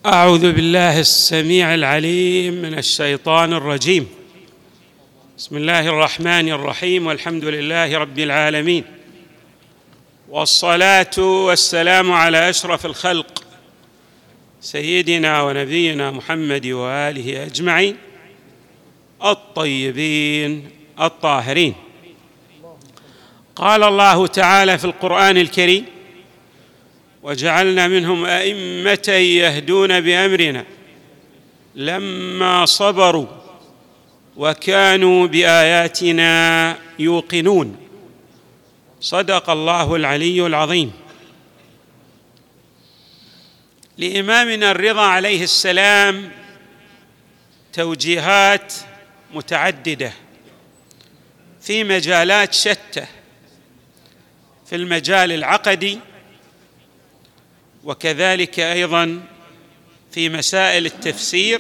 أعوذ بالله السميع العليم من الشيطان الرجيم. بسم الله الرحمن الرحيم، والحمد لله رب العالمين، والصلاة والسلام على أشرف الخلق سيدنا ونبينا محمد وآله أجمعين الطيبين الطاهرين. قال الله تعالى في القرآن الكريم: وجعلنا منهم أئمة يهدون بأمرنا لما صبروا وكانوا بآياتنا يوقنون. صدق الله العلي العظيم. لإمامنا الرضا عليه السلام توجيهات متعددة في مجالات شتى، في المجال العقدي، وكذلك أيضاً في مسائل التفسير،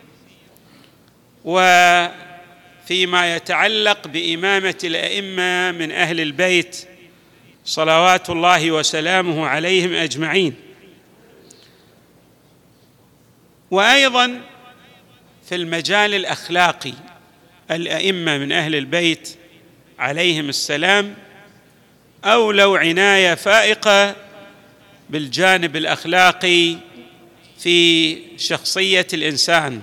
وفيما يتعلق بإمامة الأئمة من أهل البيت صلوات الله وسلامه عليهم أجمعين، وأيضاً في المجال الأخلاقي الأئمة من أهل البيت عليهم السلام أولوا عناية فائقة بالجانب الأخلاقي في شخصية الإنسان،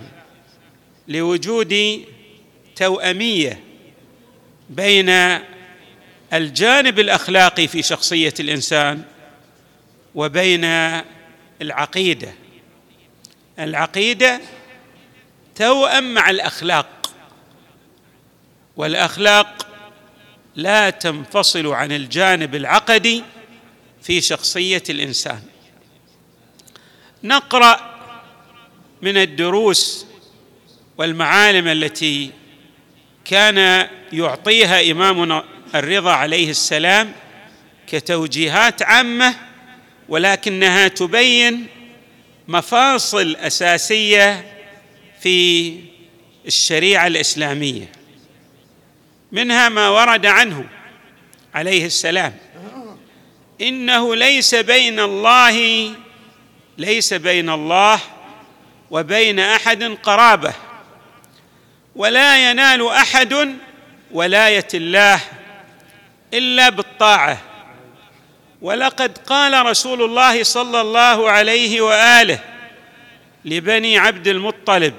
لوجود توأمية بين الجانب الأخلاقي في شخصية الإنسان وبين العقيدة. العقيدة توأم مع الأخلاق، والأخلاق لا تنفصل عن الجانب العقدي في شخصية الإنسان. نقرأ من الدروس والمعالم التي كان يعطيها إمامنا الرضا عليه السلام كتوجيهات عامة، ولكنها تبين مفاصل أساسية في الشريعة الإسلامية. منها ما ورد عنه عليه السلام: إنه ليس بين الله وبين أحد قرابة، ولا ينال أحد ولاية الله إلا بالطاعة. ولقد قال رسول الله صلى الله عليه وآله لبني عبد المطلب: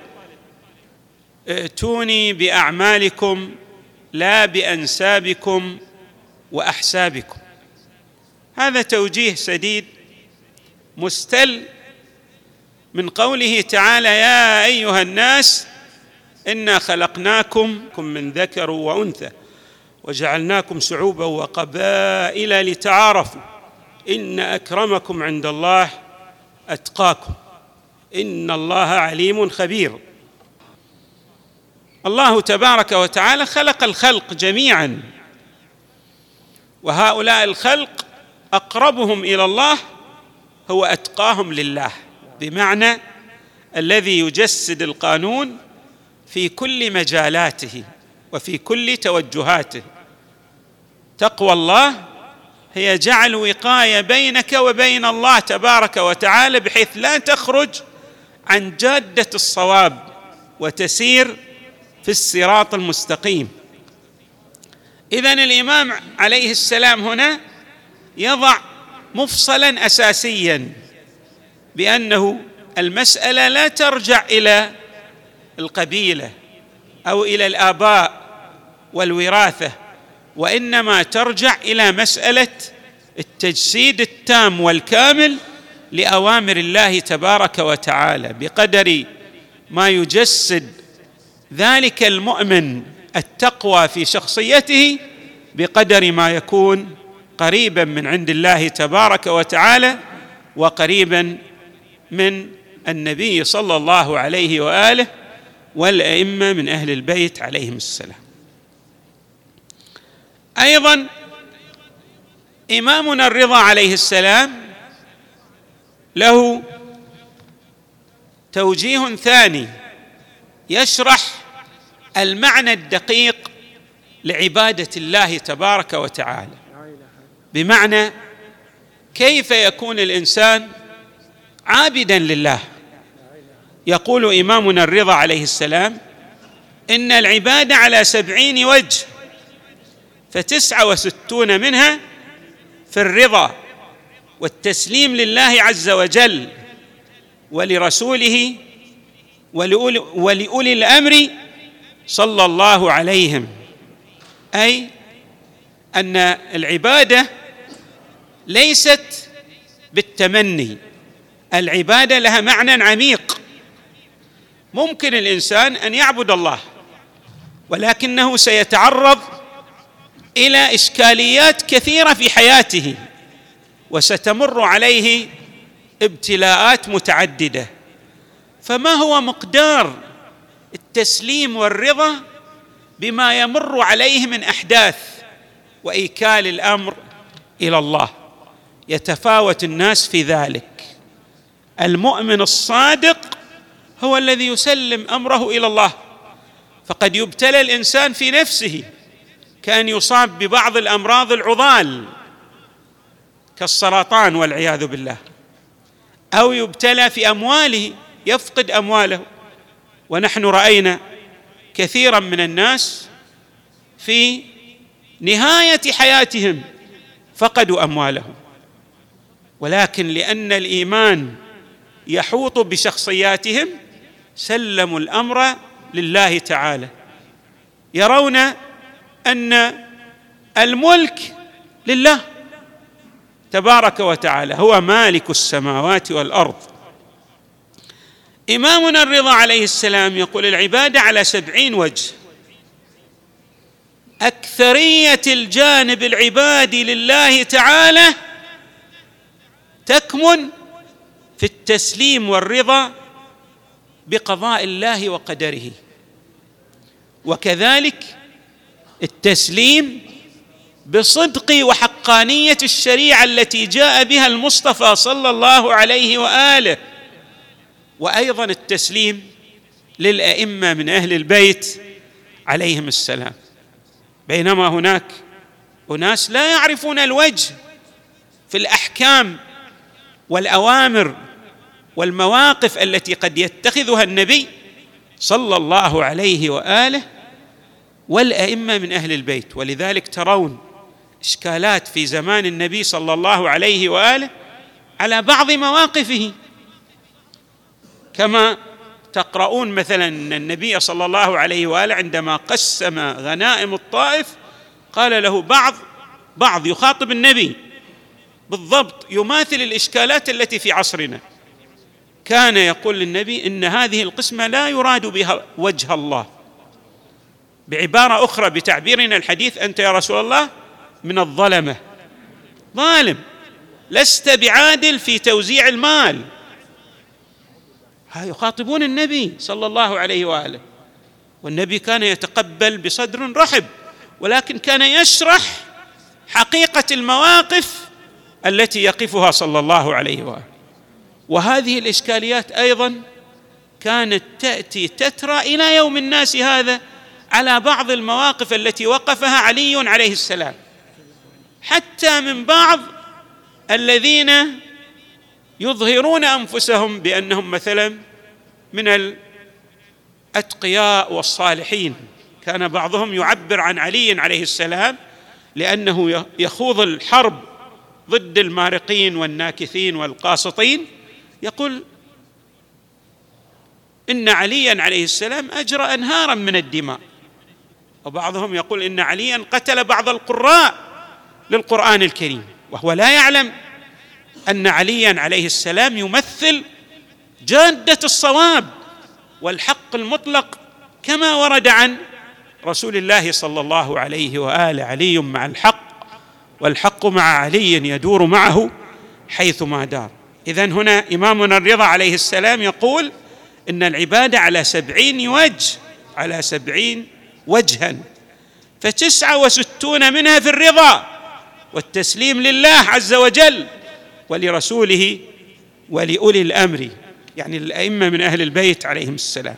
ائتوني بأعمالكم لا بأنسابكم وأحسابكم. هذا توجيه سديد مستل من قوله تعالى: يا أيها الناس إنا خلقناكم من ذكر وأنثى وجعلناكم شعوبا وقبائل لتعارفوا إن أكرمكم عند الله أتقاكم إن الله عليم خبير. الله تبارك وتعالى خلق الخلق جميعا، وهؤلاء الخلق أقربهم إلى الله هو أتقاهم لله، بمعنى الذي يجسد القانون في كل مجالاته وفي كل توجهاته. تقوى الله هي جعل وقاية بينك وبين الله تبارك وتعالى، بحيث لا تخرج عن جادة الصواب وتسير في الصراط المستقيم. إذن الإمام عليه السلام هنا يضع مفصلاً أساسياً بأنه المسألة لا ترجع إلى القبيلة أو إلى الآباء والوراثة، وإنما ترجع إلى مسألة التجسيد التام والكامل لأوامر الله تبارك وتعالى، بقدر ما يجسد ذلك المؤمن التقوى في شخصيته بقدر ما يكون قريباً من عند الله تبارك وتعالى وقريباً من النبي صلى الله عليه وآله والأئمة من أهل البيت عليهم السلام. أيضاً إمامنا الرضا عليه السلام له توجيه ثاني يشرح المعنى الدقيق لعبادة الله تبارك وتعالى، بمعنى كيف يكون الإنسان عابداً لله يقول إمامنا الرضا عليه السلام: إن العبادة على 70 وجه، ف69 منها في الرضا والتسليم لله عز وجل ولرسوله ولأولي الأمر صلى الله عليهم. أي أن العبادة ليست بالتمني، العبادة لها معنى عميق. ممكن الإنسان أن يعبد الله، ولكنه سيتعرض إلى إشكاليات كثيرة في حياته، وستمر عليه ابتلاءات متعددة. فما هو مقدار التسليم والرضا بما يمر عليه من أحداث وإيكال الأمر إلى الله؟ يتفاوت الناس في ذلك. المؤمن الصادق هو الذي يسلم أمره إلى الله، فقد يبتلى الإنسان في نفسه، كان يصاب ببعض الأمراض العضال كالسرطان والعياذ بالله، أو يبتلى في أمواله، يفقد أمواله. ونحن رأينا كثيرا من الناس في نهاية حياتهم فقدوا أموالهم، ولكن لأن الإيمان يحوط بشخصياتهم سلموا الأمر لله تعالى، يرون أن الملك لله تبارك وتعالى، هو مالك السماوات والأرض. إمامنا الرضا عليه السلام يقول: العبادة على 70 وجه، أكثرية الجانب العبادي لله تعالى تكمن في التسليم والرضا بقضاء الله وقدره، وكذلك التسليم بصدق وحقانية الشريعة التي جاء بها المصطفى صلى الله عليه وآله، وأيضا التسليم للأئمة من أهل البيت عليهم السلام. بينما هناك أناس لا يعرفون الوجه في الأحكام والأوامر والمواقف التي قد يتخذها النبي صلى الله عليه وآله والأئمة من أهل البيت. ولذلك ترون إشكالات في زمان النبي صلى الله عليه وآله على بعض مواقفه، كما تقرؤون مثلا النبي صلى الله عليه وآله عندما قسم غنائم الطائف قال له بعض يخاطب النبي بالضبط يماثل الإشكالات التي في عصرنا، كان يقول للنبي: إن هذه القسمة لا يراد بها وجه الله. بعبارة أخرى بتعبيرنا الحديث: أنت يا رسول الله من الظلمة، ظالم، لست بعادل في توزيع المال. يخاطبون النبي صلى الله عليه وآله، والنبي كان يتقبل بصدر رحب، ولكن كان يشرح حقيقة المواقف التي يقفها صلى الله عليه وآله. وهذه الإشكاليات أيضا كانت تأتي تترى إلى يوم الناس هذا على بعض المواقف التي وقفها علي عليه السلام، حتى من بعض الذين يظهرون أنفسهم بأنهم مثلا من الأتقياء والصالحين. كان بعضهم يعبر عن علي عليه السلام لأنه يخوض الحرب ضد المارقين والناكثين والقاسطين، يقول: إن عليا عليه السلام أجرى أنهارا من الدماء. وبعضهم يقول إن عليا قتل بعض القراء للقرآن الكريم، وهو لا يعلم أن عليا عليه السلام يمثل جادة الصواب والحق المطلق كما ورد عن رسول الله صلى الله عليه وآله: علي مع الحق والحق مع علي يدور معه حيثما دار. إذن هنا إمامنا الرضا عليه السلام يقول إن العبادة على 70 وجه، على 70 وجها، ف69 منها في الرضا والتسليم لله عز وجل ولرسوله ولأولي الأمر، يعني الأئمة من أهل البيت عليهم السلام.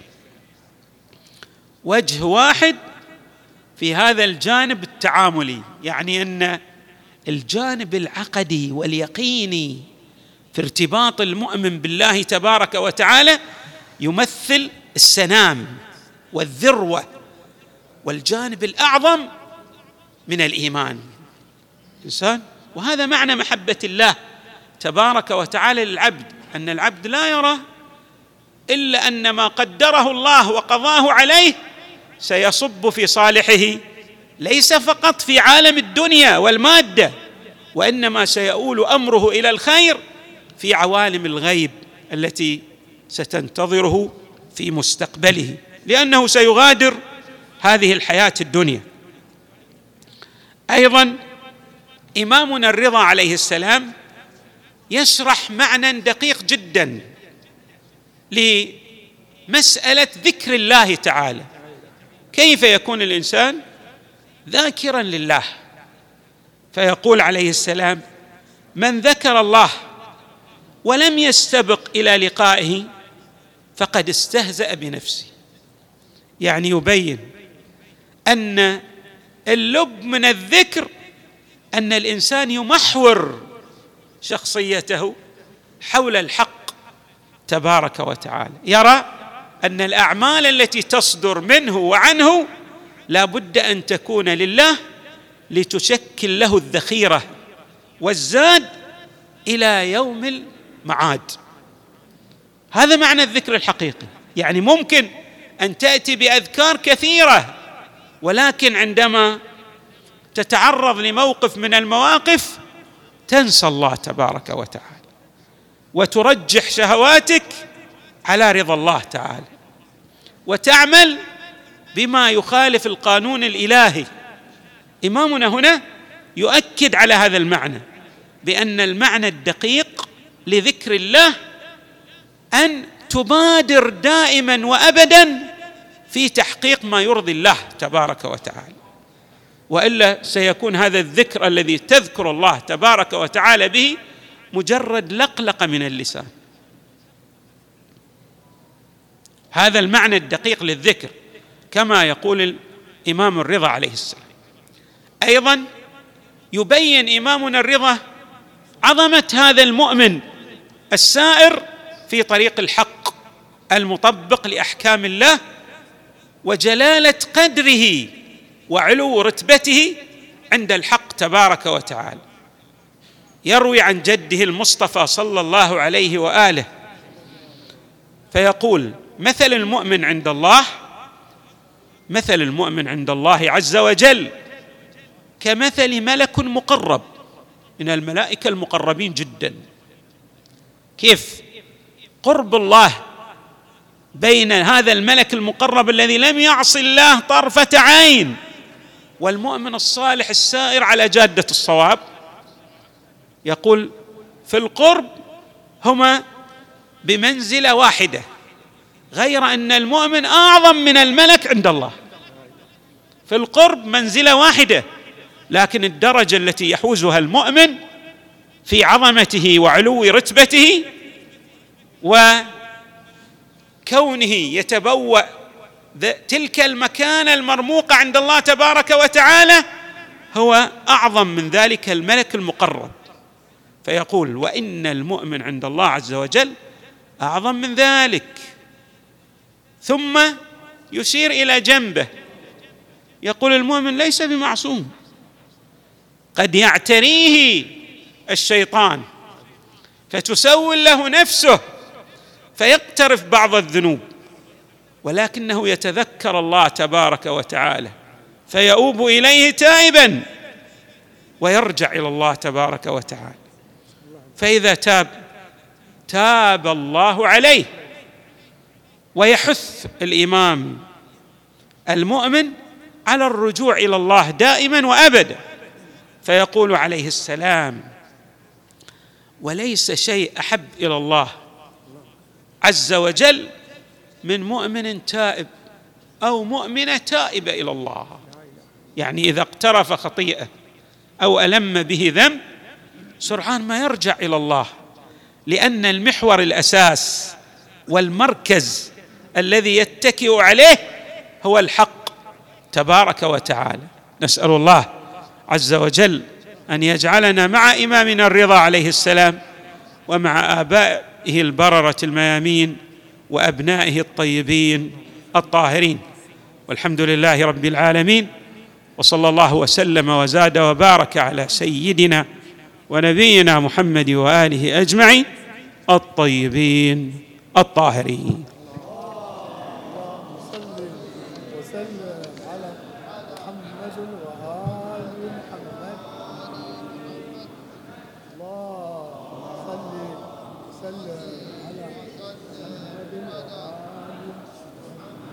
وجه واحد في هذا الجانب التعاملي، يعني أن الجانب العقدي واليقيني في ارتباط المؤمن بالله تبارك وتعالى يمثل السنام والذروة والجانب الأعظم من الإيمان الإنسان. وهذا معنى محبة الله تبارك وتعالى للعبد، أن العبد لا يرى إلا أن ما قدره الله وقضاه عليه سيصب في صالحه، ليس فقط في عالم الدنيا والمادة، وإنما سيؤول أمره إلى الخير في عوالم الغيب التي ستنتظره في مستقبله، لأنه سيغادر هذه الحياة الدنيا. أيضا إمامنا الرضا عليه السلام يشرح معنى دقيق جدا لمسألة ذكر الله تعالى. كيف يكون الإنسان ذاكرا لله؟ فيقول عليه السلام: من ذكر الله ولم يستبق إلى لقائه فقد استهزأ بنفسه. يعني يبين أن اللب من الذكر أن الإنسان يمحور شخصيته حول الحق تبارك وتعالى، يرى أن الأعمال التي تصدر منه وعنه لا بد أن تكون لله لتشكل له الذخيرة والزاد إلى يوم المعاد. هذا معنى الذكر الحقيقي. يعني ممكن أن تأتي بأذكار كثيرة، ولكن عندما تتعرض لموقف من المواقف تنسى الله تبارك وتعالى وترجح شهواتك على رضا الله تعالى وتعمل بما يخالف القانون الإلهي. إمامنا هنا يؤكد على هذا المعنى، بأن المعنى الدقيق لذكر الله أن تبادر دائما وأبدا في تحقيق ما يرضي الله تبارك وتعالى، وإلا سيكون هذا الذكر الذي تذكر الله تبارك وتعالى به مجرد لقلقة من اللسان. هذا المعنى الدقيق للذكر كما يقول الإمام الرضا عليه السلام. أيضا يبين إمامنا الرضا عظمة هذا المؤمن السائر في طريق الحق المطبق لأحكام الله، وجلالة قدره وعلو رتبته عند الحق تبارك وتعالى. يروي عن جده المصطفى صلى الله عليه وآله فيقول: مثل المؤمن عند الله عز وجل كمثل ملك مقرب من الملائكة المقربين جدا. كيف قرب الله بين هذا الملك المقرب الذي لم يعص الله طرفة عين والمؤمن الصالح السائر على جادة الصواب. يقول: في القرب هما بمنزلة واحدة، غير أن المؤمن أعظم من الملك عند الله. في القرب منزلة واحدة، لكن الدرجة التي يحوزها المؤمن في عظمته وعلو رتبته وكونه يتبوأ تلك المكانة المرموقة عند الله تبارك وتعالى هو أعظم من ذلك الملك المقرب. فيقول: وإن المؤمن عند الله عز وجل أعظم من ذلك. ثم يشير إلى جنبه يقول: المؤمن ليس بمعصوم، قد يعتريه الشيطان فتسول له نفسه فيقترف بعض الذنوب، ولكنه يتذكر الله تبارك وتعالى فيؤوب إليه تائبا ويرجع إلى الله تبارك وتعالى. فإذا تاب الله عليه. ويحث الإمام المؤمن على الرجوع إلى الله دائما وأبدا، فيقول عليه السلام: وليس شيء أحب إلى الله عز وجل من مؤمن تائب أو مؤمنة تائبة إلى الله. يعني إذا اقترف خطيئة أو ألم به ذنب سرعان ما يرجع إلى الله، لأن المحور الأساس والمركز الذي يتكئ عليه هو الحق تبارك وتعالى. نسأل الله عز وجل أن يجعلنا مع إمامنا الرضا عليه السلام ومع آبائه البررة الميامين وأبنائه الطيبين الطاهرين. والحمد لله رب العالمين، وصلى الله وسلم وزاد وبارك على سيدنا ونبينا محمد وآله أجمعين الطيبين الطاهرين.